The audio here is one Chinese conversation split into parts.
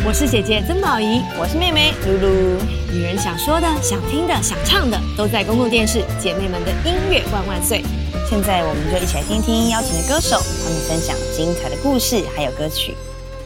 我是姐姐曾宝仪， 我是妹妹露露。 女人想说的、想听的、想唱的，都在公共电视。姐妹们的音乐万万岁！ 现在我们就一起来听听邀请的歌手，他们分享精彩的故事还有歌曲。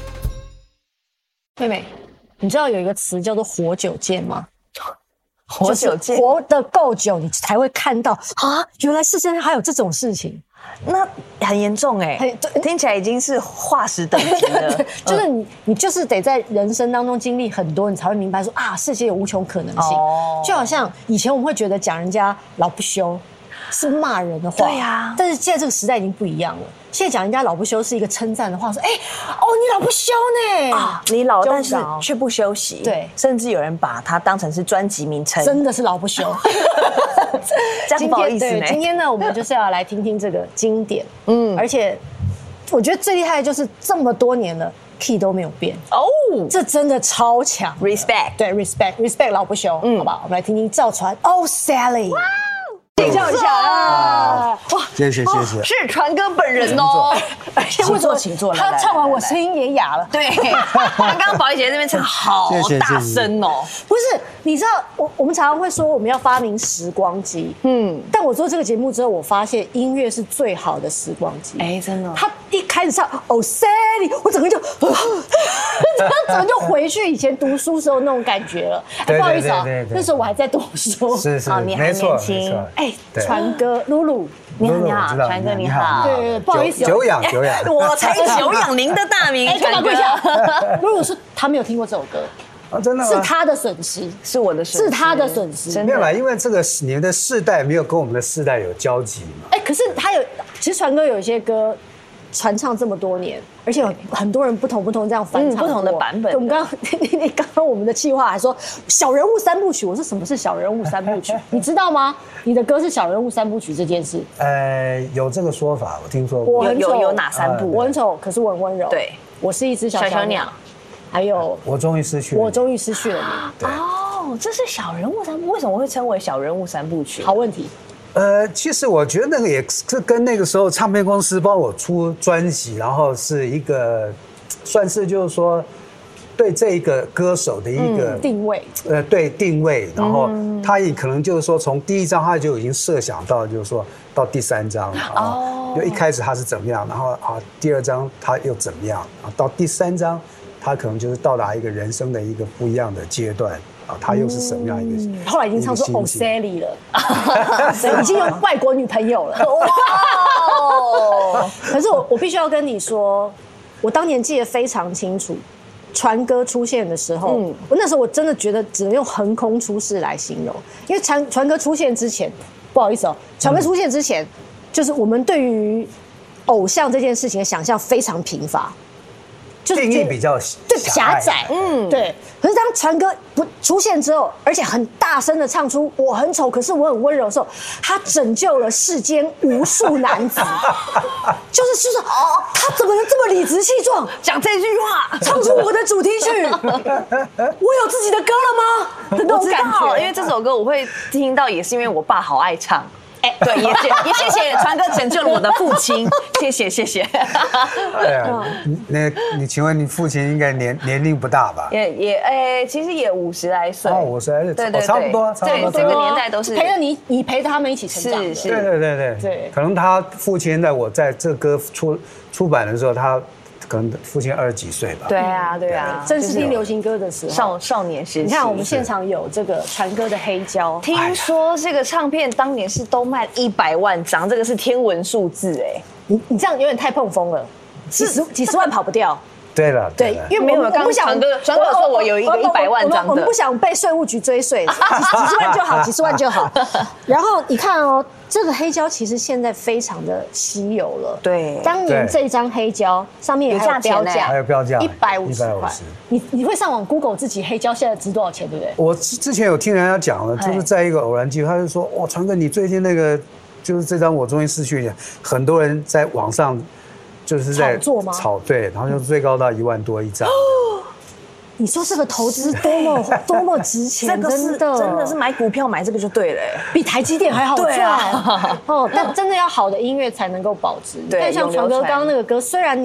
妹妹，你知道有一个词叫做活久见吗？ 活久见， 活得够久，你才会看到啊，原来世界上还有这种事情。 那很严重哎，听起来已经是化石等级了。 就是你就是得在人生当中经历很多，你才会明白说啊，世界有无穷可能性。就好像以前我们会觉得讲人家老不休是骂人的话， 对呀。 但是现在这个时代已经不一样了。现在讲人家老不休是一个称赞的话，说你老不休呢啊，你老但是却不休息。 对， 甚至有人把它当成是专辑名称， 真的是老不休。 这样不好意思呢。 今天呢，我们就是要来听听这个经典。而且我觉得最厉害的就是这么多年了 ，key 都没有变哦，这真的超强。 respect， 对 respect 老不休，好吧，我们来听听赵传Oh Sally。请教一下啊！ 哇，谢谢， 是传哥本人哦。请坐， 他唱完我声音也哑了。 对，刚刚宝仪姐在那边唱好大声哦。 不是，你知道我们常常会说我们要发明时光机，但我做这个节目之后，我发现音乐是最好的时光机。 真的。 他一开始唱Oh Sally，我整个就，整个就回去以前读书时候那种感觉了。不好意思啊，那时候我还在读书。 是， 你还年轻。 传哥，露露， 你好，传哥你好。 对，不好意思， 久仰， 我才久仰您的大名。 传哥，露露是他没有听过这首歌。 真的吗？ 是他的损失， 是我的损失， 是他的损失。 没有啦，因为这个你们的世代没有跟我们的世代有交集嘛。 可是其实传哥有一些歌传唱这么多年，而且有很多人不同这样翻唱， 不同的版本。 我们刚刚我们的企划还说小人物三部曲，我说什么是小人物三部曲？你知道吗？你的歌是小人物三部曲这件事？ 有这个说法，我听说过。 我很丑， 有哪三部？ 我很丑，可是我很温柔。 对， 我是一只小鸟。还有， 我终于失去了你。 这是小人物三部，为什么会称为小人物三部曲？ 好问题。 其实我觉得那个也是跟那个时候唱片公司帮我出专辑，然后是一个算是就是说对这一个歌手的一个定位。 对定位，然后他也可能就是说从第一张他就已经设想到就是说到第三张就一开始他是怎么样，然后第二张他又怎么样，到第三张他可能就是到达一个人生的一个不一样的阶段。他又是什么样一个？ 后来已经唱出 Oh Sally 了，已经有外国女朋友了。可是我必须要跟你说，我当年记得非常清楚，传哥出现的时候，我那时候我真的觉得只能用横空出世来形容，因为传哥出现之前，不好意思传哥出现之前，就是我们对于偶像这件事情的想象非常贫乏。 定义比较狭窄，对。可是当传哥不出现之后，而且很大声的唱出我很丑，可是我很温柔的时候，他拯救了世间无数男子。就是他怎么能这么理直气壮讲这句话， 唱出我的主题曲？我有自己的歌了吗？那种感觉， 因为这首歌我会听到，也是因为我爸好爱唱。对，也谢谢传哥拯救了我的父亲，谢谢。 你请问你父亲应该年龄不大吧？ 其实也50来岁。 50来岁， 对， 差不多。 对，这个年代都是陪着你陪着他们一起成长。 是。 对。可能他父亲在我在这歌出版的时候，他可能父亲20几岁吧。 对啊， 正是听流行歌的时候， 少年时期。 你看我们现场有这个传哥的黑胶， 听说这个唱片当年是都卖100万张，这个是天文数字哎。 你这样有点太碰风了，几十万跑不掉。 对了， 因为我们不想传哥说我有一个100万张的， 我们不想被税务局追税，几十万就好。然后你看这个黑胶其实现在非常的稀有了。 对， 当年这张黑胶上面还有标价， 还有标价 150块。你会上网 Google 自己黑胶现在值多少钱，对不对？ 我之前有听人家讲了，就是在一个偶然机会，他就说哇，传哥你最近那个就是这张我终于失去你，很多人在网上。就是在炒作吗？ 对，然后就最高到1万多一张。 你说这个投资多么值钱，真的是买股票买这个就对了， 比台积电还好赚。但真的要好的音乐才能够保值。对，像传哥刚刚那个歌，虽然你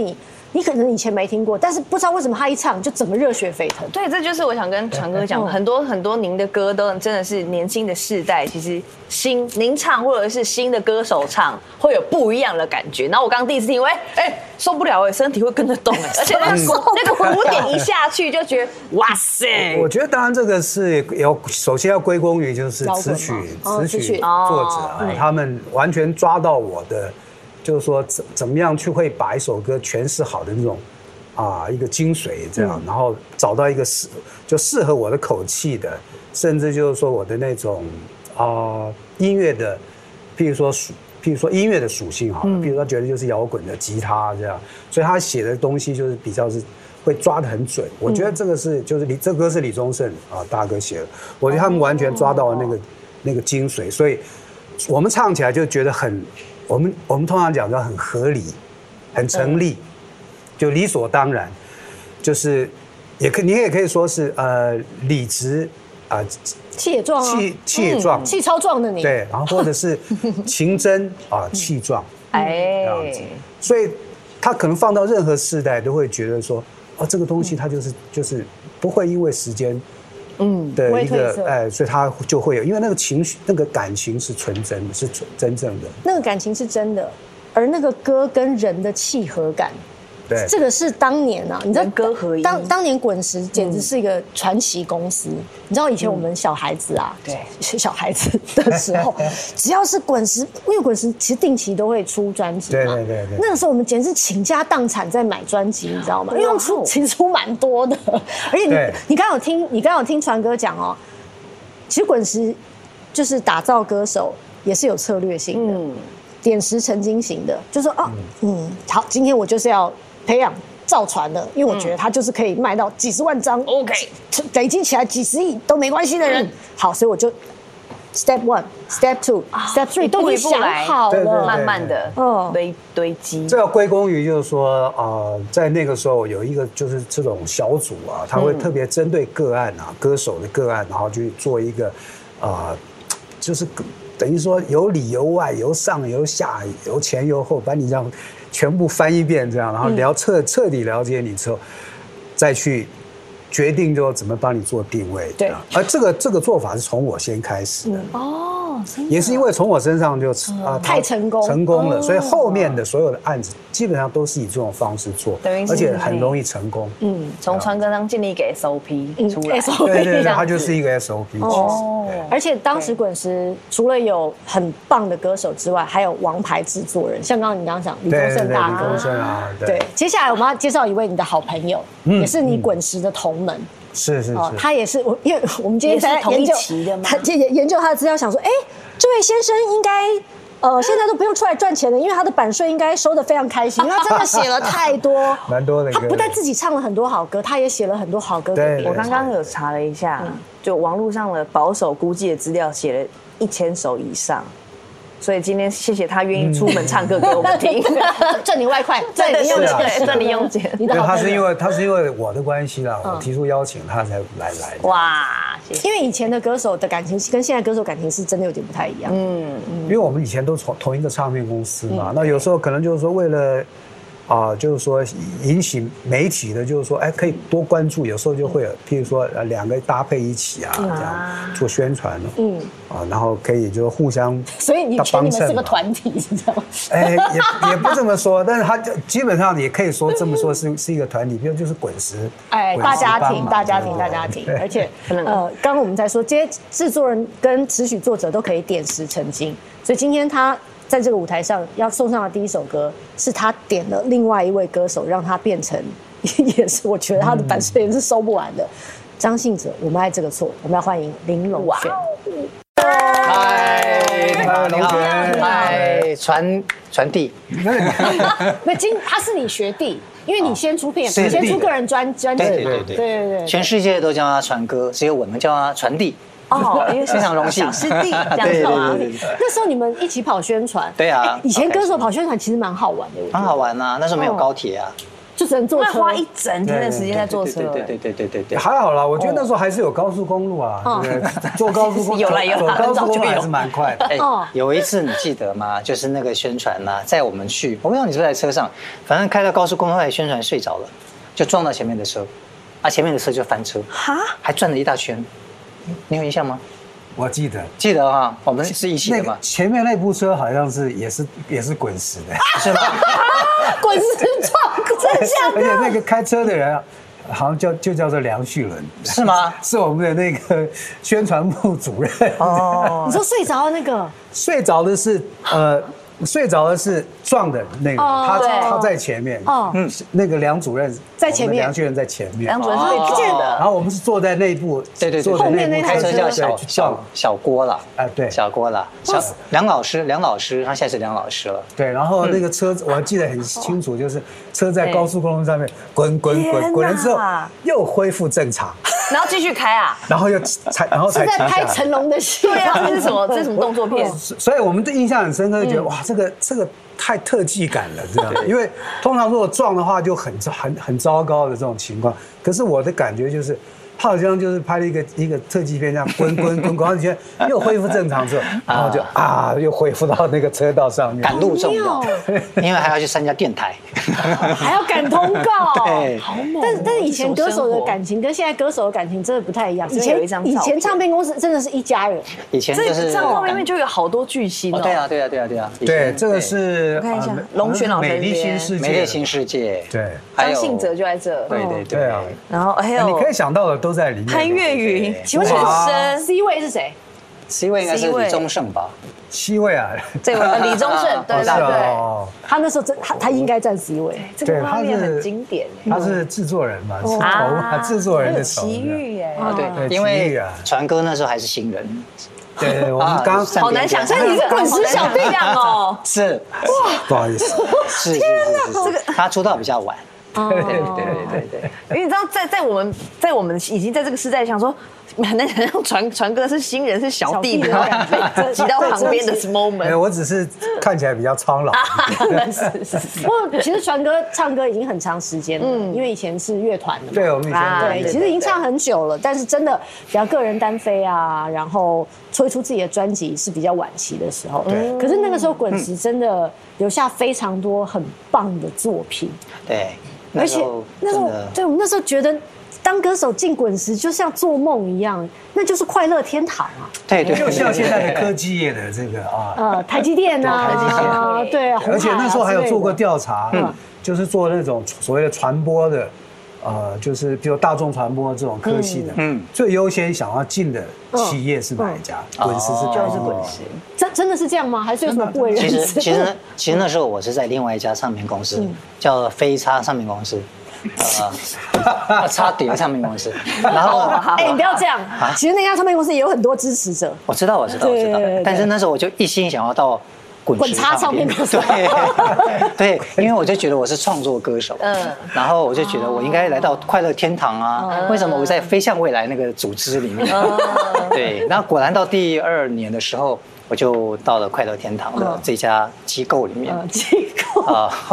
你可能以前没听过，但是不知道为什么他一唱就整个热血沸腾。 对，这就是我想跟传哥讲，很多您的歌都真的是年轻的世代，其实您唱或者是新的歌手唱会有不一样的感觉。然后我刚第一次听，受不了身体会跟着动而且那个鼓点一下去就觉得哇塞！ 我觉得当然这个是首先要归功于就是词曲作者他们完全抓到我的，就是说怎么样去会把一首歌诠释好的那种一个精髓这样，然后找到一个适合我的口气的，甚至就是说我的那种音乐的，譬如说音乐的属性好了，譬如说觉得就是摇滚的吉他这样，所以他写的东西就是比较是会抓得很准。我觉得这个是就是这歌是李宗盛大哥写的，我觉得他们完全抓到了那个精髓，所以我们唱起来就觉得我们通常讲叫很合理，很成立，就理所当然，就是你也可以说是理直气也壮气也壮， 气超壮的你。 对，然后或者是情真气壮，这样子。所以他可能放到任何世代都会觉得说，这个东西它就是不会因为时间的一个所以他就会有，因为那个情绪那个感情是纯真的，是真正的。 那个感情是真的，而那个歌跟人的契合感。 对， 这个是当年你知道歌合一。 当年滚石简直是一个传奇公司。你知道以前我们小孩子对，小孩子的时候，只要是滚石，因为滚石其实定期都会出专辑嘛。 对。 那个时候我们简直是倾家荡产在买专辑，你知道吗？因为其实出蛮多的，而且你刚有听传哥讲其实滚石就是打造歌手也是有策略性的，点石成金型的，就说好，今天我就是要培养造船的，因为我觉得他就是可以卖到几十万张 ，OK， 累积起来几十亿都没关系的人。好，所以我就 Step 1、Step 2、Step 3都已经想好了， 慢慢的堆积。 这要归功于就是说在那个时候有一个就是这种小组他会特别针对个案歌手的个案，然后去做一个就是等于说有里有外，有上有下，有前有后，把你这样全部翻一遍，这样，然后彻底了解你之后，再去决定就怎么帮你做定位。 对， 而这个做法是从我先开始的。也是因为从我身上就太成功了，所以后面的所有的案子基本上都是以这种方式做，而且很容易成功。 从传歌上建立一个 SOP 出来， 对，它就是一个 SOP。 而且当时滚石除了有很棒的歌手之外，还有王牌制作人，像刚刚你讲李宗盛大哥， 李宗盛对。 接下来我们要介绍一位你的好朋友，也是你滚石的同门。 是， 他也是因为我们今天在研究他研究他的资料，想说，这位先生应该现在都不用出来赚钱了，因为他的版税应该收得非常开心，因为他真的写了太多， 蛮多的歌。 他不但自己唱了很多好歌，他也写了很多好歌给别人。 我刚刚有查了一下，就网络上的保守估计的资料，写了1000首以上。所以今天谢谢他愿意出门唱歌给我们听， 赚你外快，赚你用钱。 他是因为我的关系啦，我提出邀请他才来。 哇， 因为以前的歌手的感情跟现在歌手感情是真的有点不太一样。 因为我们以前都同一个唱片公司嘛，那有时候可能就是说为了就是说引起媒体的，就是说可以多关注，有时候就会有，譬如说2个搭配一起这样做宣传，然后可以就互相， 所以你们是个团体，是这样吗？ 也不这么说，但是他基本上也可以说这么说是一个团体，比如就是滚石， 大家庭，而且刚刚我们在说，这些制作人跟词曲作者都可以点石成金，所以今天他在这个舞台上要送上的第一首歌，是他点了另外一位歌手，让他变成，也是我觉得他的版税也是收不完的。张信哲，我们爱这个错，我们要欢迎林隆璇。 嗨，龙璇，嗨，传递。 他是你学弟，因为你先出片，你先出个人专辑嘛。对， 全世界都叫他传歌，只有我们叫他传递。 因为非常荣幸， 小师弟这样子啊。 那时候你们一起跑宣传， 对啊。 以前歌手跑宣传其实蛮好玩的， 蛮好玩啊，那时候没有高铁啊。 就只能坐车， 花一整天的时间在坐车。 对， 还好啦，我觉得那时候还是有高速公路啊，对不对？坐高速公路有啦走高速公路还是蛮快的。 哎，有一次你记得吗？就是那个宣传嘛，在我们去，我不知道你是不是在车上，反正开到高速公路来宣传睡着了，就撞到前面的车，啊，前面的车就翻车，还转了一大圈，你有印象吗？ 我记得啊，我们是一起的嘛。 前面那部车好像是也是滚石的， 是吗？ 滚石撞，真的假的？ 而且那个开车的人好像就叫做梁旭伦， 是吗？ 是我们的那个宣传部主任。 哦，你说睡着的那个？ 睡着的是撞的那个，他在前面，那个梁主任在前面， 梁旭伦在前面， 梁主任是被撞的， 然后我们是坐在内部， 对， 后面那台车叫小郭了， 对， 小郭了，梁老师，他现在是梁老师了， 对，然后那个车我还记得很清楚，就是车在高速公路上面滚了之后又恢复正常， 然后继续开啊， 然后才是在拍成龙的戏， 对啊，这是什么动作片？ 所以我们的印象很深刻，就觉得哇，这个太特技感了，这样。因为通常如果撞的话就很糟糕的这种情况，可是我的感觉就是。他好像就是拍了一个特技片，这样滚好几圈，又恢复正常之后，然后就又恢复到那个车道上面。 赶路重要，因为还要去参加电台， 还要赶通告。 对， 好猛。但是以前歌手的感情跟现在歌手的感情真的不太一样。以前唱片公司真的是一家人。 以前就是唱片里面就有好多巨星哦。 对啊。 对，这个是我看一下，龙轩老师美丽新世界。对， 张信哲就在这。 对啊。 然后还有你可以想到的都在里面。 潘越云，请问是 C 位是谁 ？C 位应该是李宗盛吧 ？C 位啊， 这位李宗盛，对， 他那时候他应该站 C 位， 这个画面很经典。 他是制作人嘛，制作人的头。 奇遇耶， 对，因为传哥那时候还是新人。 对，我们刚好难想象你是滚石小弟样哦。 是，哇， 不好意思， 是，这个他出道比较晚。对， 因为你知道，在我们已经在这个时代想说，很难想象传哥是新人是小弟的感觉，挤到旁边的 moment。 我只是看起来比较苍老。 是。不过其实传哥唱歌已经很长时间了，因为以前是乐团的嘛。 对，我们以前对，其实已经唱很久了，但是真的比较个人单飞啊，然后推出自己的专辑是比较晚期的时候。可是那个时候滚石真的留下非常多很棒的作品。 对。 而且那时候，对我们那时候觉得，当歌手进滚石就像做梦一样，那就是快乐天堂啊！ 对， 就像现在的科技业的这个台积电啊，对， 而且那时候还有做过调查，就是做那种所谓的传播的，就是比如大众传播这种科系的，最优先想要进的企业是哪一家？滚石就是滚石， 真的是这样吗？还是有什么不为人知？ 其实那时候我是在另外一家唱片公司，叫飞叉唱片公司，差点唱片公司。然后， 你不要这样。其实那家唱片公司也有很多支持者。 我知道。但是那时候我就一心想要到滚叉唱片公司。 对，因为我就觉得我是创作歌手，然后我就觉得我应该来到快乐天堂啊。为什么我在飞向未来那个组织里面？对，然后果然到第2年的时候。我就到了快乐天堂的这家机构里面。 机构后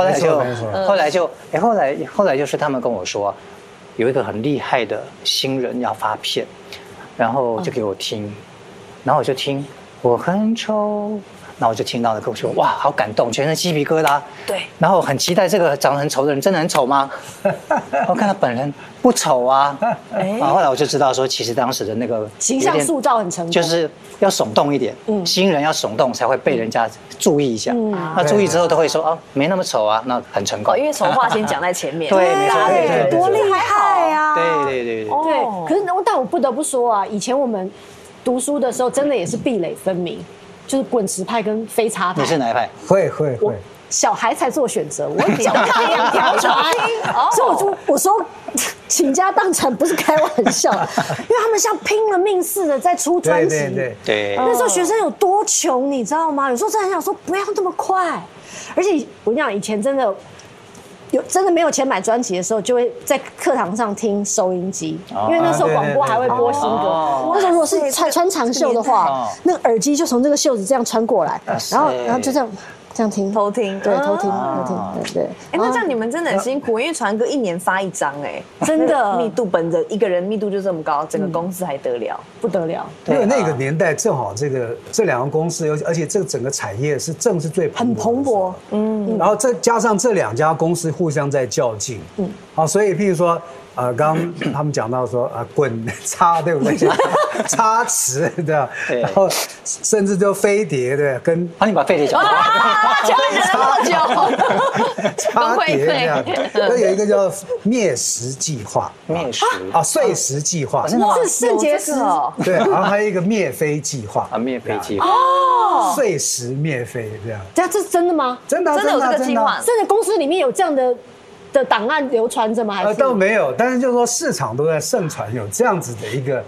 来就是他们跟我说，有一个很厉害的新人要发片，然后就给我听，然后我就听，我很丑。然后我就听到了，跟我说哇，好感动，全身鸡皮疙瘩。 对。 然后很期待这个长得很丑的人真的很丑吗？我看他本人不丑啊。后来我就知道说，其实当时的那个形象塑造很成功， 就是要耸动一点，新人要耸动才会被人家注意一下。那注意之后都会说没那么丑啊，那很成功。 因为丑话先讲在前面。 对，没错， 多厉害啊！ 对。 可是但我不得不说啊，以前我们读书的时候，真的也是壁垒分明。就是滚石派跟飞叉派， 你是哪一派？ 会。 小孩才做选择，我脚踏两条船，所以我说倾家荡产不是开玩笑，因为他们像拼了命似的在出专辑。 对。 那时候学生有多穷，你知道吗？有时候真的很想说不要这么快，而且我跟你讲，以前真的没有钱买专辑的时候，就会在课堂上听收音机，因为那时候广播还会播新歌。那时候如果是穿长袖的话，那个耳机就从这个袖子这样穿过来，然后就这样这样听偷听， 对，偷听，对。 哎，那这样你们真的很辛苦，因为传哥1年发1张，哎， 真的密度本着一个人密度就这么高，整个公司还得了， 不得了。 因为那个年代正好这两个公司，而且这个整个产业正是最很蓬勃， 然后再加上这2家公司互相在较劲，好，所以譬如说。刚他们讲到说滚叉对不对？叉池对吧？然后甚至就飞碟对，跟你把飞碟讲完， 前面忍了那么久， 差碟这样，那有一个叫灭石计划，碎石计划， 是肾结石哦， 对，然后还有一个灭飞计划灭飞计划碎石灭飞这样， 这是真的吗？ 真的有这个计划， 真的公司里面有这样的档案流传着吗？还是倒没有，但是就是说市场都在盛传有这样子的一个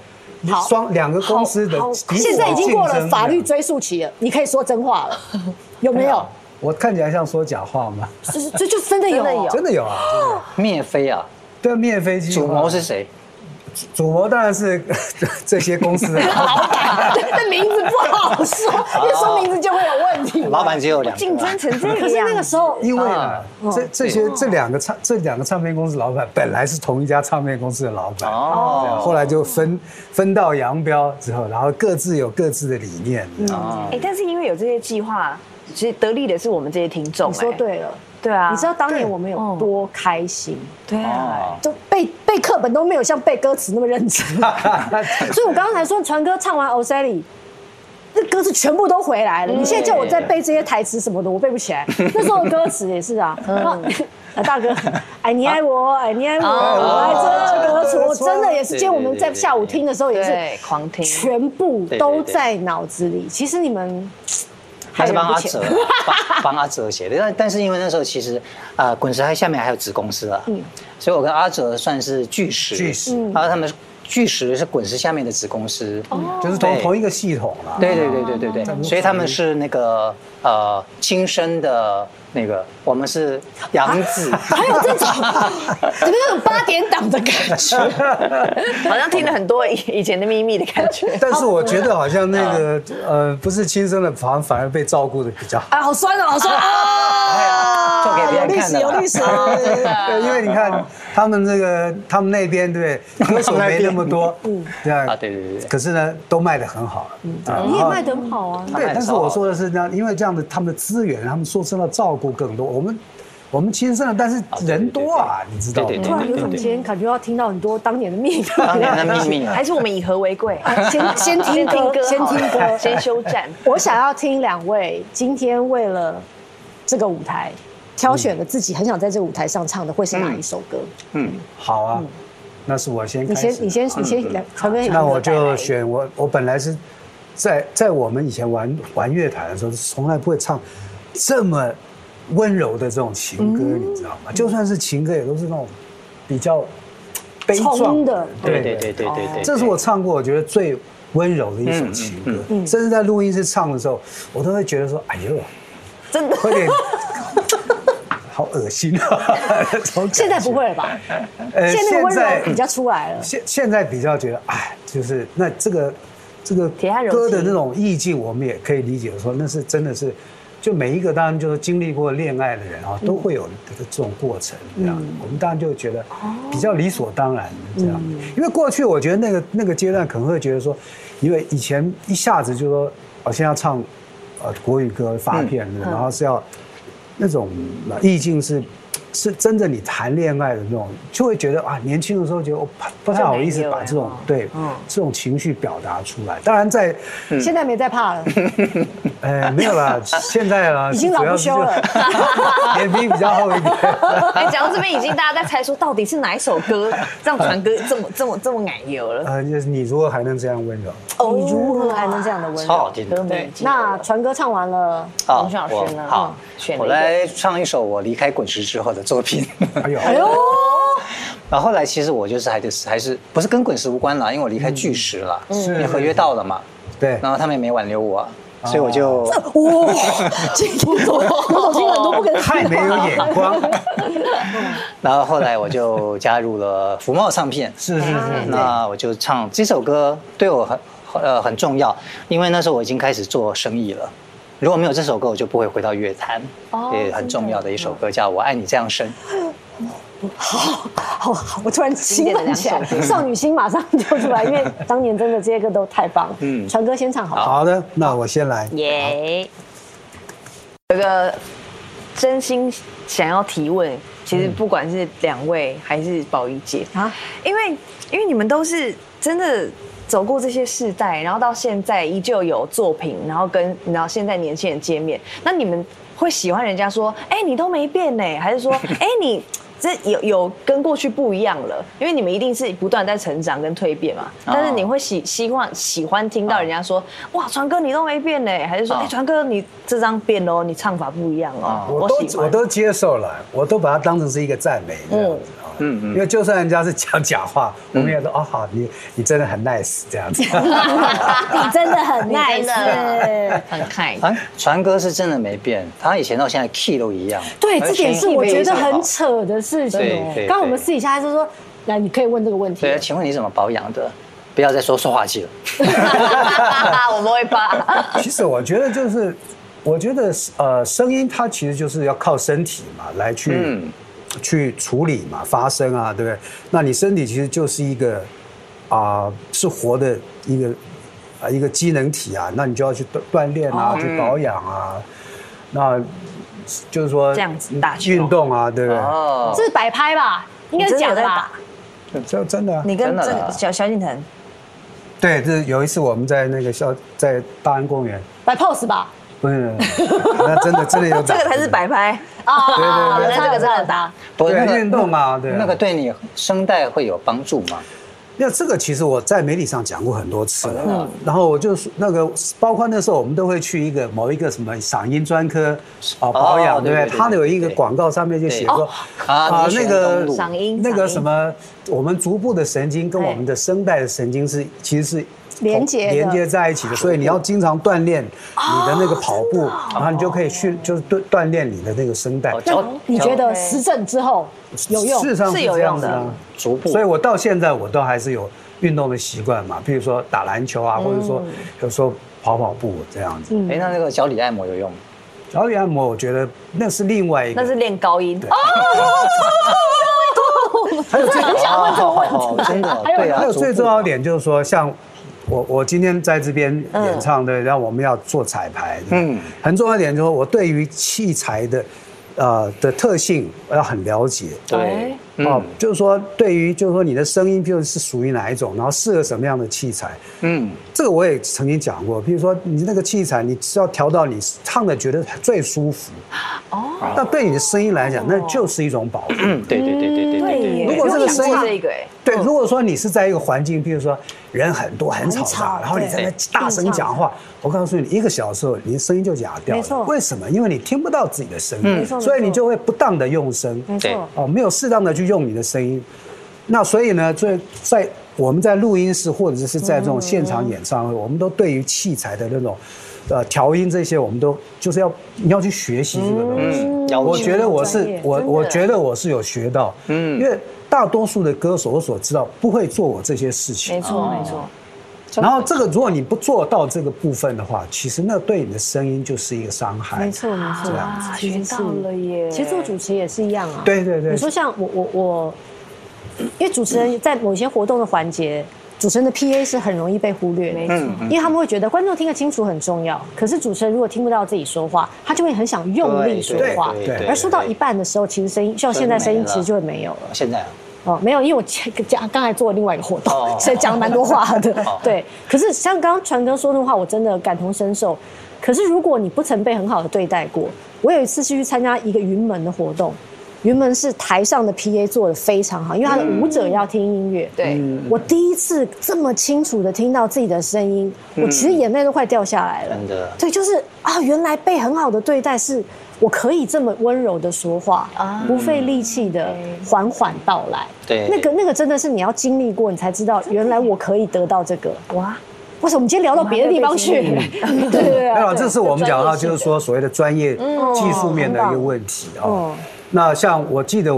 2个公司的， 现在已经过了法律追溯期了，你可以说真话了，有没有？ 我看起来像说假话吗？ 这就真的有， 真的有啊！ 灭飞啊， 对，灭飞计划， 主谋是谁？ 主谋当然是这些公司的老板，这名字不好说，一说名字就会有问题。 老板只有2个， 竞争成这样。 可是那个时候， 因为呢，这两个唱片公司老板本来是同一家唱片公司的老板，后来就分道扬镳之后，然后各自有各自的理念。 但是因为有这些计划，其实得利的是我们这些听众。 你说对了。 对啊， 你知道当年我们有多开心？ 对啊， 就背课本都没有像背歌词那么认真。所以我刚才说传哥唱完《Ocelli》，那歌词全部都回来了。你现在叫我再背这些台词什么的，我背不起来。那时候的歌词也是啊。大哥，爱你爱我，爱你爱我，我爱这歌词，我真的也是。今天我们在下午听的时候也是狂听， 全部都在脑子里。其实你们。 还是帮阿哲写的，但是因为那时候其实滚石下面还有子公司啊，所以我跟阿哲算是巨石，然后他们巨石是滚石下面的子公司， 就是同一个系统啦。 对，所以他们是那个亲生的那个，我们是养子， 还有这种怎么那种8点档的感觉， 好像听了很多以前的秘密的感觉。 但是我觉得好像那个不是亲生的，反而被照顾的比较好。 好酸哦，好酸啊！ 做给别人看的， 有历史。 对，因为你看他们那边对歌手没那么多，对啊， 对。 可是呢，都卖得很好。 你也卖得很好啊。 对，但是我说的是呢，因为这样的他们的资源，他们说真的照顾更多。我们亲生的，但是人多啊，你知道吗？ 突然有种今天感觉要听到很多当年的秘密， 还是我们以和为贵？ 先听歌， 先休战。 我想要听2位今天为了这个舞台挑选了自己很想在这个舞台上唱的，会是哪一首歌？ 好啊，那是我先开始。 你先，传哥。 那我就选我本来是在我们以前玩乐团的时候，从来不会唱这么温柔的这种情歌，你知道吗？就算是情歌，也都是那种比较悲壮的。 对。 这是我唱过我觉得最温柔的一首情歌，甚至在录音室唱的时候，我都会觉得说，哎呦， 真的有点好恶心啊！ 现在不会了吧？现在温柔比较出来了。 现在比较觉得，哎，就是那这个歌的那种意境，我们也可以理解说，那是真的是。就每一个当然就是经历过恋爱的人啊，都会有这种过程，这样我们当然就觉得比较理所当然这样。因为过去我觉得那个阶段可能会觉得说，因为以前一下子就说，现在要唱国语歌发片，然后是要那种意境是真的你谈恋爱的那种，就会觉得啊，年轻的时候觉得我不太好意思把这种这种情绪表达出来。当然现在没在怕了， 没有啦，现在啦已经老不休了， 脸皮比较厚一点。 讲到这边，已经大家在猜说到底是哪一首歌让传哥这么奶油了？ 就是你如何还能这样温柔？ 你如何还能这样的温柔？ 超好听的。 对，那传哥唱完了， 洪老师呢？ 好，我来唱一首我离开滚石之后的作品。 哎呦， 然后后来其实我就是还是不是跟滚石无关了，因为我离开巨石了，因为合约到了嘛。 对， 然后他们也没挽留我，所以我就哇，这听很多不可能太没有眼光。 然后后来我就加入了福茂唱片， 是。 那我就唱这首歌，对我很重要，因为那时候我已经开始做生意了。 如果没有这首歌，我就不会回到乐坛。也很重要的一首歌，叫《我爱你这样深》。 好，我突然兴奋起来，少女心马上就出来，因为当年真的这些歌都太棒。传哥先唱好了。 好的，那我先来。 耶。有个真心想要提问，其实不管是两位还是宝仪姐啊，因为你们都是真的走过这些世代，然后到现在依旧有作品，然后跟你知道现在年轻人见面，那你们会喜欢人家说，哎，你都没变呢，还是说，哎，你这有跟过去不一样了？因为你们一定是不断在成长跟蜕变嘛。但是你会喜欢听到人家说，哇，传哥你都没变呢，还是说，哎，传哥你这张变喽，你唱法不一样哦。 我都接受了，我都把它当成是一个赞美这样子。因为就算人家是讲假话，我们也说哦好，你真的很 nice 这样子。 你真的很 nice， 很kind。 传哥是真的没变，他以前到现在 key 都一样。 对，这点是我觉得很扯的事情。 对， 刚刚我们私底下还是说，来，你可以问这个问题。 对，请问你怎么保养的？不要再说塑化剂了。 我们会发。 其实我觉得就是，声音它其实就是要靠身体嘛来去处理嘛，发声啊，对不对？那你身体其实就是一个是活的一个机能体啊，那你就要去锻炼啊，去保养啊，那就是说这样子打球运动啊，对不对？ 这是摆拍吧？应该是假的吧？ 这真的。 你跟这个萧敬腾？ 对，这有一次我们在那个在大安公园摆 pose 吧？ 不是，那真的有打。 这个才是摆拍啊！ 对，这个真的打。 对，运动啊，对。 那个对你声带会有帮助吗？ 那这个其实我在媒体上讲过很多次了，然后我就是那个，包括那时候我们都会去某一个什么嗓音专科保养，对不对？他有一个广告上面就写说那个嗓音那个什么，我们足部的神经跟我们的声带的神经其实是连接在一起的，所以你要经常锻炼你的那个跑步，然后你就可以就是锻炼你的那个声带。 你觉得实证之后有用？ 事实上是有用的， 足部。 所以我到现在我都还是有运动的习惯嘛，譬如说打篮球啊，或者说有时候跑步这样子。 哎，那个脚底按摩有用吗？ 脚底按摩我觉得那是另外一个， 那是练高音。 还有最想问这个问题， 真的对啊，还有最重要一点就是说像。我今天在这边演唱的，然后我们要做彩排，很重要一点就是我对于器材的特性要很了解， 对， 就是说对于就是说你的声音，譬如是属于哪一种，然后适合什么样的器材，这个我也曾经讲过，譬如说你那个器材，你是要调到你唱的觉得最舒服，那对你的声音来讲，那就是一种保护， 对， 如果这个声音对，如果说你是在一个环境，譬如说人很多很吵杂，然后你在那大声讲话，我告诉你，1个小时后你的声音就哑掉了。为什么？因为你听不到自己的声音，所以你就会不当的用声，没有适当的去用你的声音。那所以呢，在我们在录音室或者是在这种现场演唱会，我们都对于器材的那种调音这些，我们都就是你要去学习这个东西。我觉得我是有学到，因为大多数的歌手我所知道不会做我这些事情。 没错。 然后这个如果你不做到这个部分的话，其实那对你的声音就是一个伤害。 没错， 这样子。 学到了耶。 其实做主持也是一样啊。 对。 你说像我，因为主持人在某些活动的环节。主持人的 PA 是很容易被忽略的，没错，因为他们会觉得观众听得清楚很重要，可是主持人如果听不到自己说话，他就会很想用力说话，而说到一半的时候，其实声音像现在声音其实就会没有了。 现在没有，因为我刚才做了另外一个活动，所以讲了蛮多话的，对。可是像刚刚传哥说的话，我真的感同身受。可是如果你不曾被很好的对待过，我有一次去参加一个云门的活动。云门是台上的 PA 做得非常好，因为他的舞者要听音乐。对，我第一次这么清楚的听到自己的声音，我其实眼泪都快掉下来了。真的，对，就是原来被很好的对待是我可以这么温柔的说话，不费力气的缓缓道来。对，那个真的是你要经历过，你才知道原来我可以得到这个。哇！为什么我们今天聊到别的地方去？对， 没有，这是我们讲到就是说所谓的专业技术面的一个问题啊。那像我记得我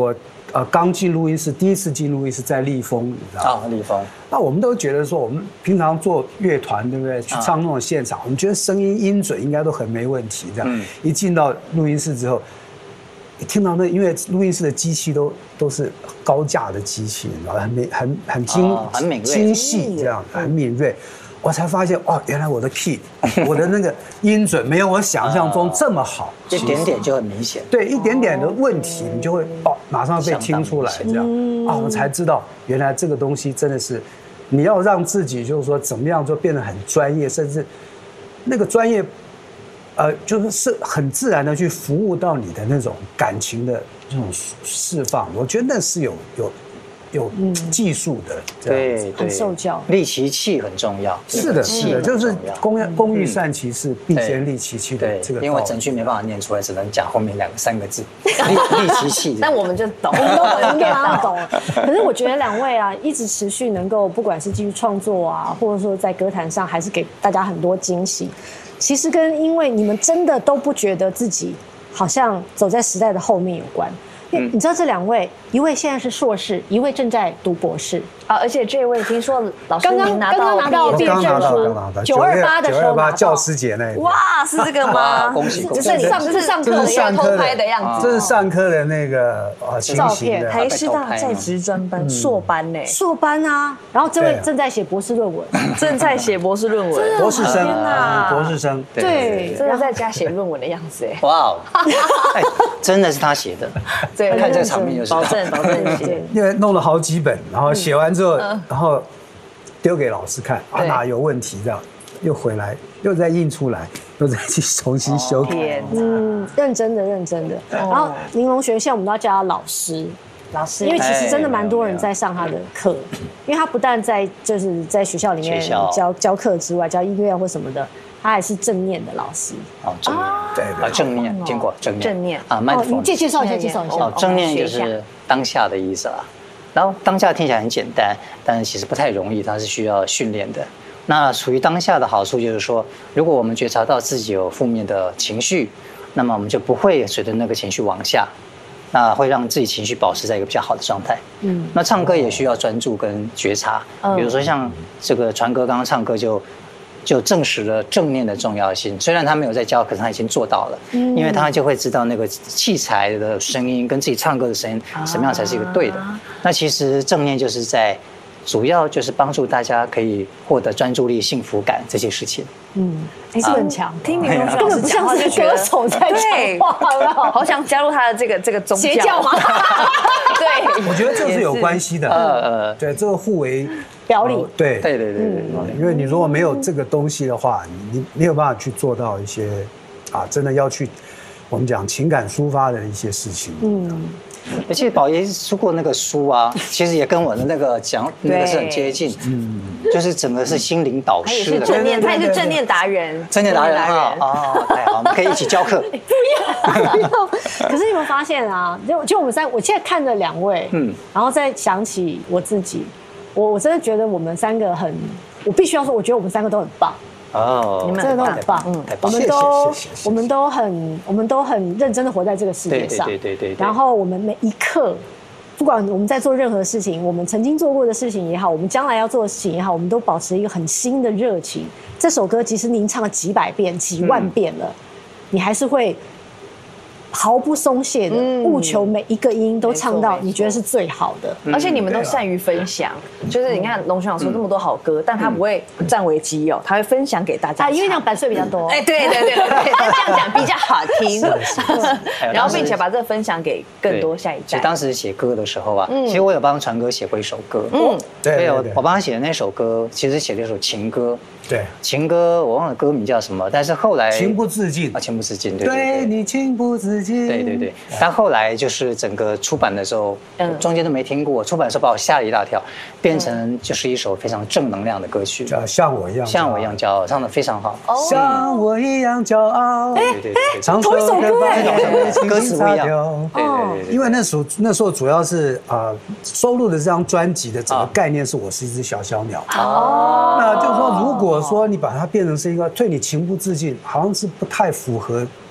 刚进录音室，第一次进录音室在立丰，你知道吗？ 立丰。 那我们都觉得说，我们平常做乐团，对不对？去唱那种现场，我们觉得声音音准应该都很没问题。这样，一进到录音室之后，一听到那，因为录音室的机器都是高价的机器，你知道，很敏锐、精细，这样很敏锐。我才发现哦，原来我的 key， 我的那个音准没有我想象中这么好， 一点点就很明显。 对，一点点的问题，你就会马上被听出来，这样我才知道原来这个东西真的是，你要让自己就是说怎么样就变得很专业，甚至那个专业，就是很自然的去服务到你的那种感情的这种释放，我觉得那是有技术的， 对， 很受教， 利其器很重要。 是的，是的，就是工欲善其事，必先利其器的这个。 因为整句没办法念出来，只能讲后面3个字，利其器。 但我们就懂， 我们都懂，马上懂了。可是我觉得两位啊，一直持续能够，不管是继续创作啊，或者说在歌坛上，还是给大家很多惊喜。其实因为你们真的都不觉得自己好像走在时代的后面有关。你知道这2位，一位现在是硕士，一位正在读博士啊，而且这位听说老师您刚刚拿到毕业证书，928的时候拿到教师节那一天。 哇，是这个吗？ 恭喜！ 这是上课的要偷拍的样子， 这是上课的那个照片。 台师大在职专班硕班呢， 硕班啊。然后这位正在写博士论文， 正在写博士论文， 博士生啊，博士生， 对， 真的在家写论文的样子哎。 哇，真的是他写的。 对， 看这个场面就是保证写， 因为弄了好几本，然后写完之后，然后丢给老师看，哪有问题这样，又回来又再印出来，又再去重新修改。 认真的。然后玲珑学校我们都要叫他老师，因为其实真的蛮多人在上他的课，因为他不但就是在学校里面教课之外，教音乐或什么的。他还是正念的老师正念对正念听过正念啊， 你介绍一下正念就是当下的意思啦。然后当下听起来很简单，但是其实不太容易，它是需要训练的。那属于当下的好处就是说，如果我们觉察到自己有负面的情绪，那么我们就不会随着那个情绪往下，那会让自己情绪保持在一个比较好的状态。那唱歌也需要专注跟觉察，比如说像这个传哥刚刚唱歌就证实了正念的重要性。虽然他没有在教，可是他已经做到了，因为他就会知道那个器材的声音跟自己唱歌的声音什么样才是一个对的。那其实正念就是主要就是帮助大家可以获得专注力、幸福感这些事情。 是很强， 听你们根本不像是歌手在讲话， 好想加入他的这个宗教邪教吗？ 对， 我觉得这是有关系的。对，这个互为表里。 对，因为你如果没有这个东西的话，你没有办法去做到一些真的要去我们讲情感抒发的一些事情。 而且宝爷出过那个书啊，其实也跟我的那个那个是很接近，就是整个是心灵导师的， 他也是正念达人， 正念达人太好，我们可以一起教课。 不要。可是你有没有发现啊？就我现在看着2位，然后再想起我自己，我真的觉得我们3个我必须要说，我觉得我们3个都很棒。你们真的都很棒，我们都很认真的活在这个世界上，对。然后我们每一刻，不管我们在做任何事情，我们曾经做过的事情也好，我们将来要做的事情也好，我们都保持一个很新的热情。这首歌即使您唱了几百遍、几万遍了，你还是会毫不松懈的，务求每一个音都唱到你觉得是最好的。 而且你们都善于分享，就是你看龙轩老师这么多好歌，但他不会占为己有，他会分享给大家。 因为那样版税比较多。 对，他这样讲比较好听。然后并且把这分享给更多下一代。 其实当时写歌的时候啊，其实我有帮传哥写过一首歌。对，我帮他写的那首歌，其实写了一首情歌。 对， 情歌我忘了歌名叫什么，但是后来情不自禁情不自禁， 对你情不自禁， 对。但后来就是整个出版的时候，中间都没听过，出版的时候把我吓了一大跳，变成就是一首非常正能量的歌曲， 像我一样骄傲，唱得非常好。 像我一样骄傲， 对， 同一首歌歌词不一样，对。 因为那时候主要是收录的这张专辑的整个概念是我是一只小小鸟。那就是说，如果说你把它变成是一个对你情不自禁，好像是不太符合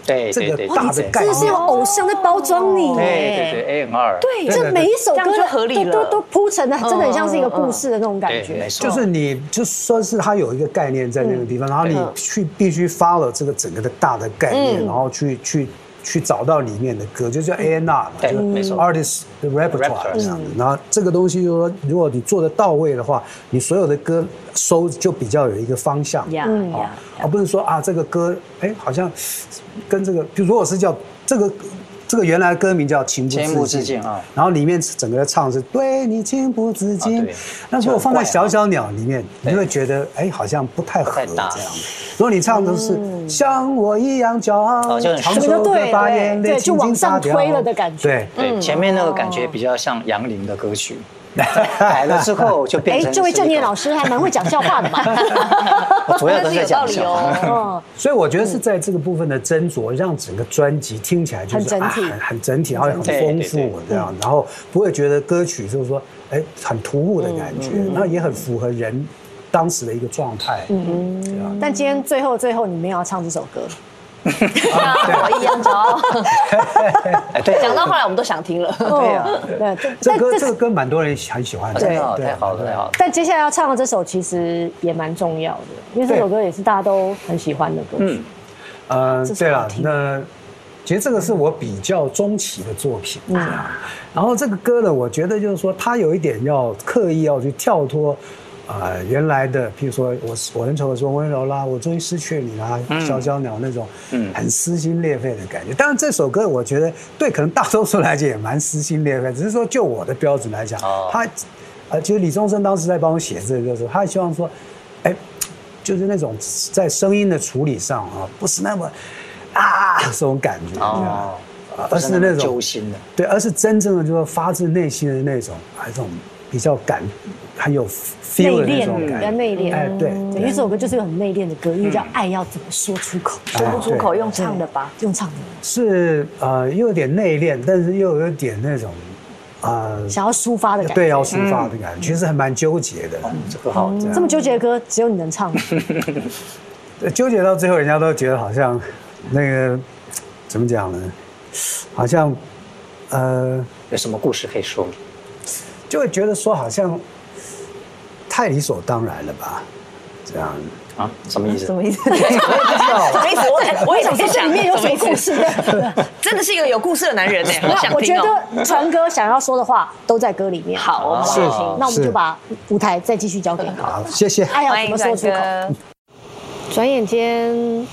对这个大的概念， 真的是有偶像在包装你。 对，ANR， 对， 这每一首歌就合理了， 都铺陈的，真的很像是一个故事的那种感觉。 没错， 就是你就说是它有一个概念在那个地方，然后你必须 follow 这个整个的大的概念，然后去找到里面的歌，就叫 ANR 嘛， 对，没错 ，artist repertoire 这样的。然后这个东西就是说，如果你做得到位的话，你所有的歌收就比较有一个方向，而不是说啊这个歌好像跟这个，就如果是叫这个原来的歌名叫情不自禁啊，然后里面整个唱是对你情不自禁，那如果放在小小鸟里面，你就会觉得好像不太合这样。如果你唱的是像我一样骄傲，长袖的把眼泪轻轻擦掉， 推了的感觉。 对，前面那个感觉比较像杨林的歌曲。来了之后就变成这位正念老师还蛮会讲笑话的嘛， 我主要都是讲笑话。 所以我觉得是在这个部分的斟酌，让整个专辑听起来就是很整体，然后很丰富这样，然后不会觉得歌曲就是说很突兀的感觉，然后也很符合人当时的一个状态。 但今天最后你们要唱这首歌。 我一样骄傲。讲到后来我们都想听了。 对啊， 这个歌蛮多人很喜欢的。 对，太好了，太好了。 但接下来要唱的这首其实也蛮重要的，因为这首歌也是大家都很喜欢的歌曲。 对了，那其实这个是我比较中期的作品。然后这个歌呢，我觉得就是说，它有一点要刻意要去跳脱。原来的，譬如说我很丑的说温柔啦，我终于失去你啦，小小鸟那种很撕心裂肺的感觉。当然这首歌我觉得对可能大多数来讲也蛮撕心裂肺，只是说就我的标准来讲，其实李宗盛当时在帮我写这个歌的时候，他希望说，就是那种在声音的处理上不是那么这种感觉，而是那种揪心的， 对，而是真正的就是发自内心的那种这种比较很有 feel 的那种感觉， 比较内敛。 对， 因为这首歌就是个很内敛的歌，因为叫爱要怎么说出口， 说不出口用唱的吧， 用唱的。 是又有点内敛，但是又有点那种想要抒发的感觉， 对，要抒发的感觉，其实还蛮纠结的。 这个好， 这么纠结的歌只有你能唱。 纠结到最后，人家都觉得好像那个怎么讲呢？好像有什么故事可以说？ 就会觉得说好像太理所当然了吧，这样什么意思？ 什么意思？什么意思？我也想说这里面有什么故事？真的是一个有故事的男人呢，好想听哦。 我觉得传哥想要说的话都在歌里面。 好，我们来听。 那我们就把舞台再继续交给你。 好，谢谢。 爱要怎么说出口？转眼间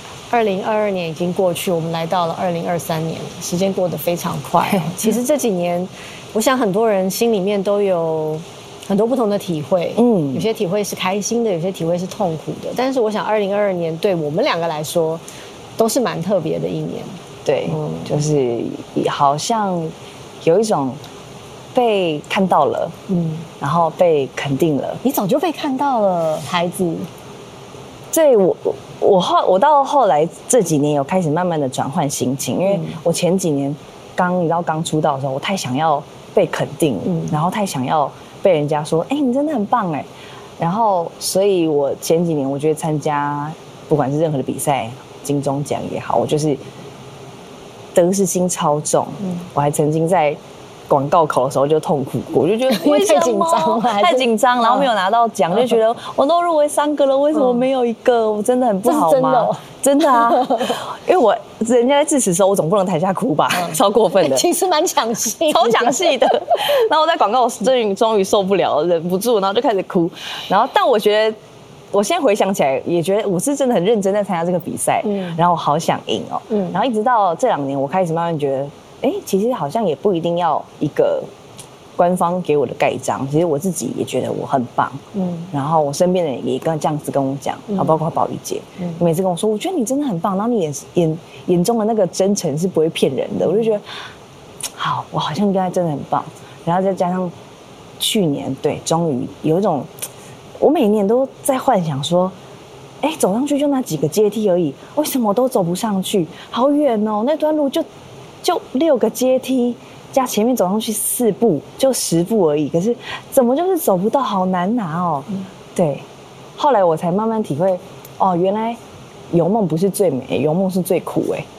，2022年已经过去，我们来到了2023年，时间过得非常快。其实这几年，我想很多人心里面都有很多不同的体会，有些体会是开心的，有些体会是痛苦的。但是我想2022年对我们两个来说，都是蛮特别的一年。 对，就是好像有一种被看到了，然后被肯定了。 你早就被看到了，孩子。 对，我到后来这几年有开始慢慢的转换心情，因为我前几年刚出道的时候，我太想要被肯定，然后太想要被人家说，你真的很棒哎，然后所以我前几年我觉得参加不管是任何的比赛，金钟奖也好，我就是得失心超重，我还曾经在广告考的时候就痛苦过，我就觉得为什么太紧张，然后没有拿到奖，就觉得我都入围3个了，为什么没有1个？我真的很不好吗？真的啊，因为人家在致辞的时候，我总不能台下哭吧，超过分的。 其实蛮抢戏， 超抢戏的。然后我在广告，我终于受不了，忍不住，然后就开始哭。然后，但我觉得。我现在回想起来，也觉得我是真的很认真在参加这个比赛，然后我好想赢哦，然后一直到这2年，我开始慢慢觉得，其实好像也不一定要一个官方给我的盖章，其实我自己也觉得我很棒，然后我身边的人也这样子跟我讲，然后包括宝仪姐，每次跟我说，我觉得你真的很棒，然后你眼中的那个真诚是不会骗人的，我就觉得，好，我好像应该真的很棒，然后再加上去年，对，终于有一种。我每年都在幻想说，走上去就那几个阶梯而已，为什么我都走不上去？好远哦，那段路就6个阶梯，加前面走上去4步，就10步而已。可是怎么就是走不到，好难拿哦。对，后来我才慢慢体会，原来游梦不是最美，游梦是最苦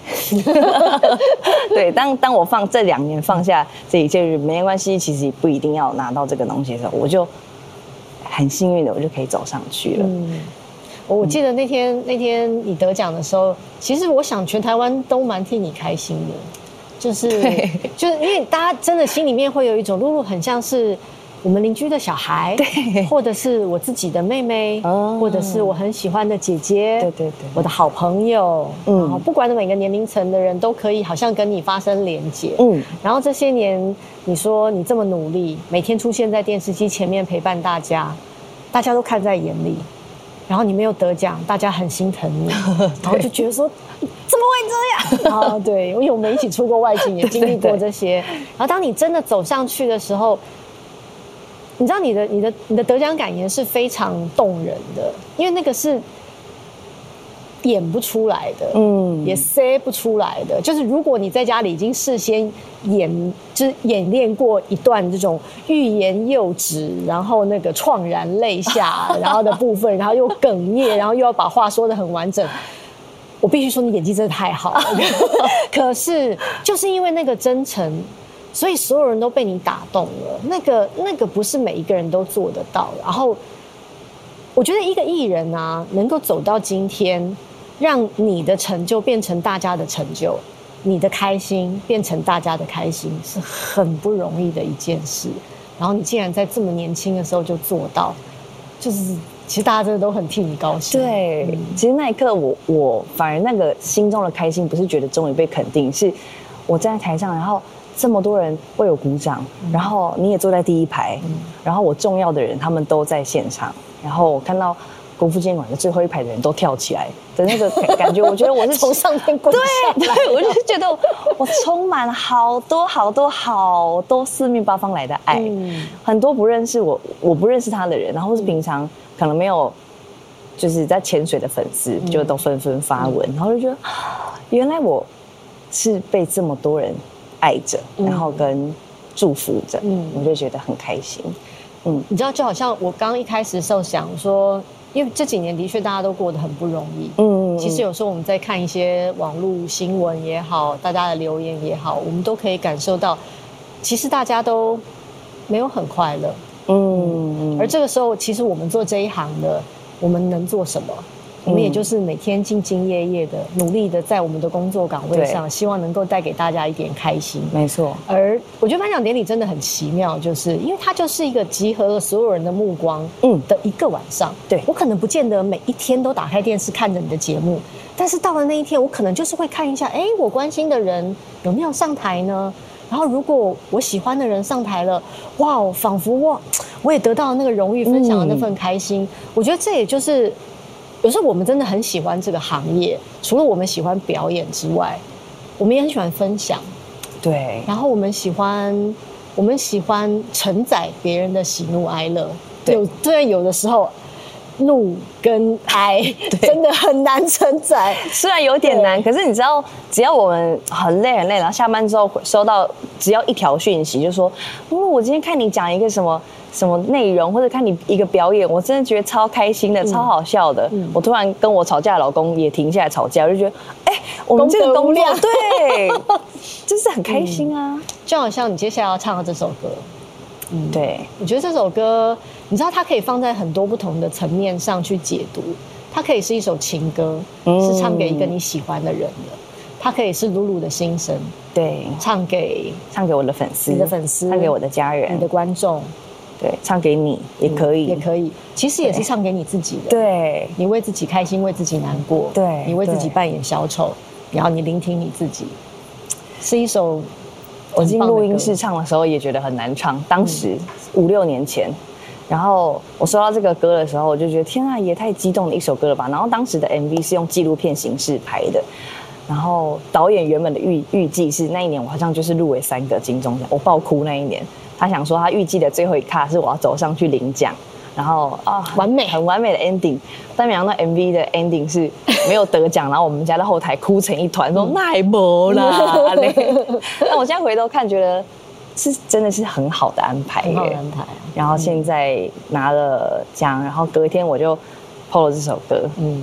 对，当我这2年放下这一切，没关系，其实不一定要拿到这个东西的时候，我就很幸运的，我就可以走上去了。 我记得那天你得奖的时候，其实我想全台湾都蛮替你开心的，就是因为大家真的心里面会有一种露露很像是我们邻居的小孩，对，或者是我自己的妹妹，或者是我很喜欢的姐姐，对，我的好朋友，然后不管每个年龄层的人都可以好像跟你发生连结，然后这些年你说你这么努力，每天出现在电视机前面陪伴大家，大家都看在眼里。然后你没有得奖，大家很心疼你，然后就觉得说怎么会这样啊？对，因为我们一起出过外景，也经历过这些。然后当你真的走上去的时候，你知道你的得奖感言是非常动人的，因为那个是演不出来的，也塞不出来的。就是如果你在家里已经事先演练过一段这种欲言又止，然后那个怆然泪下，然后的部分，然后又哽咽，然后又要把话说得很完整。我必须说，你演技真的太好了。可是就是因为那个真诚，所以所有人都被你打动了。那个不是每一个人都做得到。然后我觉得一个艺人啊，能够走到今天，让你的成就变成大家的成就，你的开心变成大家的开心，是很不容易的一件事。然后你竟然在这么年轻的时候就做到，就是其实大家真的都很替你高兴。 对，其实那一刻我反而那个心中的开心，不是觉得终于被肯定，是我站在台上，然后这么多人为我鼓掌，然后你也坐在第一排，然后我重要的人他们都在现场，然后我看到国父纪念馆的最后一排的人都跳起来的那个感觉，我觉得我是从上天滚下来。 对，我就觉得我充满好多四面八方来的爱，很多不认识我不认识他的人，然后是平常可能没有就是在潜水的粉丝，就都纷纷发文，然后就觉得原来我是被这么多人爱着，然后跟祝福着，我就觉得很开心。 你知道，就好像我刚一开始的时候想说，因为这几年的确大家都过得很不容易。其实有时候我们在看一些网络新闻也好，大家的留言也好，我们都可以感受到，其实大家都没有很快乐。而这个时候，其实我们做这一行的，我们能做什么？我们也就是每天兢兢业业的、努力的在我们的工作岗位上，希望能够带给大家一点开心。 没错。 而我觉得颁奖典礼真的很奇妙，就是因为它就是一个集合了所有人的目光的一个晚上。对，我可能不见得每一天都打开电视看着你的节目，但是到了那一天，我可能就是会看一下，我关心的人有没有上台呢？然后如果我喜欢的人上台了，哇，仿佛我也得到了那个荣誉，分享了那份开心。我觉得这也就是有时候我们真的很喜欢这个行业，除了我们喜欢表演之外，我们也很喜欢分享。 对， 然后我们喜欢承载别人的喜怒哀乐。虽然有的时候怒跟哀真的很难承载， 虽然有点难，可是你知道，只要我们很累，然后下班之后收到只要一条讯息，就说我今天看你讲一个什么内容，或者看你一个表演，我真的觉得超开心的，超好笑的。我突然跟我吵架的老公也停下来吵架，我就觉得我们这个工作对，就是很开心啊。 就好像你接下来要唱的这首歌。 对， 我觉得这首歌，你知道它可以放在很多不同的层面上去解读。它可以是一首情歌，是唱给一个你喜欢的人的；它可以是露露的心声， 对， 唱给我的粉丝， 你的粉丝， 唱给我的家人， 你的观众， 对，唱给你也可以， 也可以。其实也是唱给你自己的， 对， 你为自己开心，为自己难过， 对， 你为自己扮演小丑，然后你聆听你自己，是一首。 我进录音室唱的时候也觉得很难唱，当时5、6年前，然后我收到这个歌的时候，我就觉得天啊，也太激动的一首歌了吧。然后当时的 MV 是用纪录片形式拍的，然后导演原本的预计是那一年我好像就是入围3个金钟奖，我爆哭那一年。他想说他预计的最后一卡是我要走上去领奖。然后完美， 很完美的 ending， 但没想到 MV 的 ending 是没有得奖，然后我们家在后台哭成一团，说那也没啦。但我现在回头看，觉得是真的是很好的安排， 很好的安排。 然后现在拿了奖，然后隔一天我就 po 了这首歌，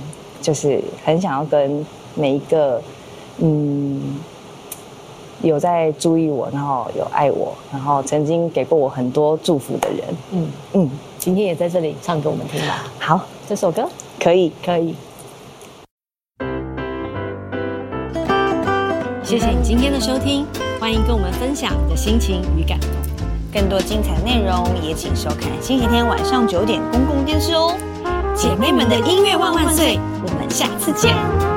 就是很想要跟每一个有在注意我，然后有爱我，然后曾经给过我很多祝福的人。 今天也在这里唱给我们听吧。 好， 这首歌可以。 谢谢你今天的收听，欢迎跟我们分享你的心情与感动。 更多精彩内容也请收看星期天晚上9点公共电视哦。姐妹们的音乐万万岁，我们下次见。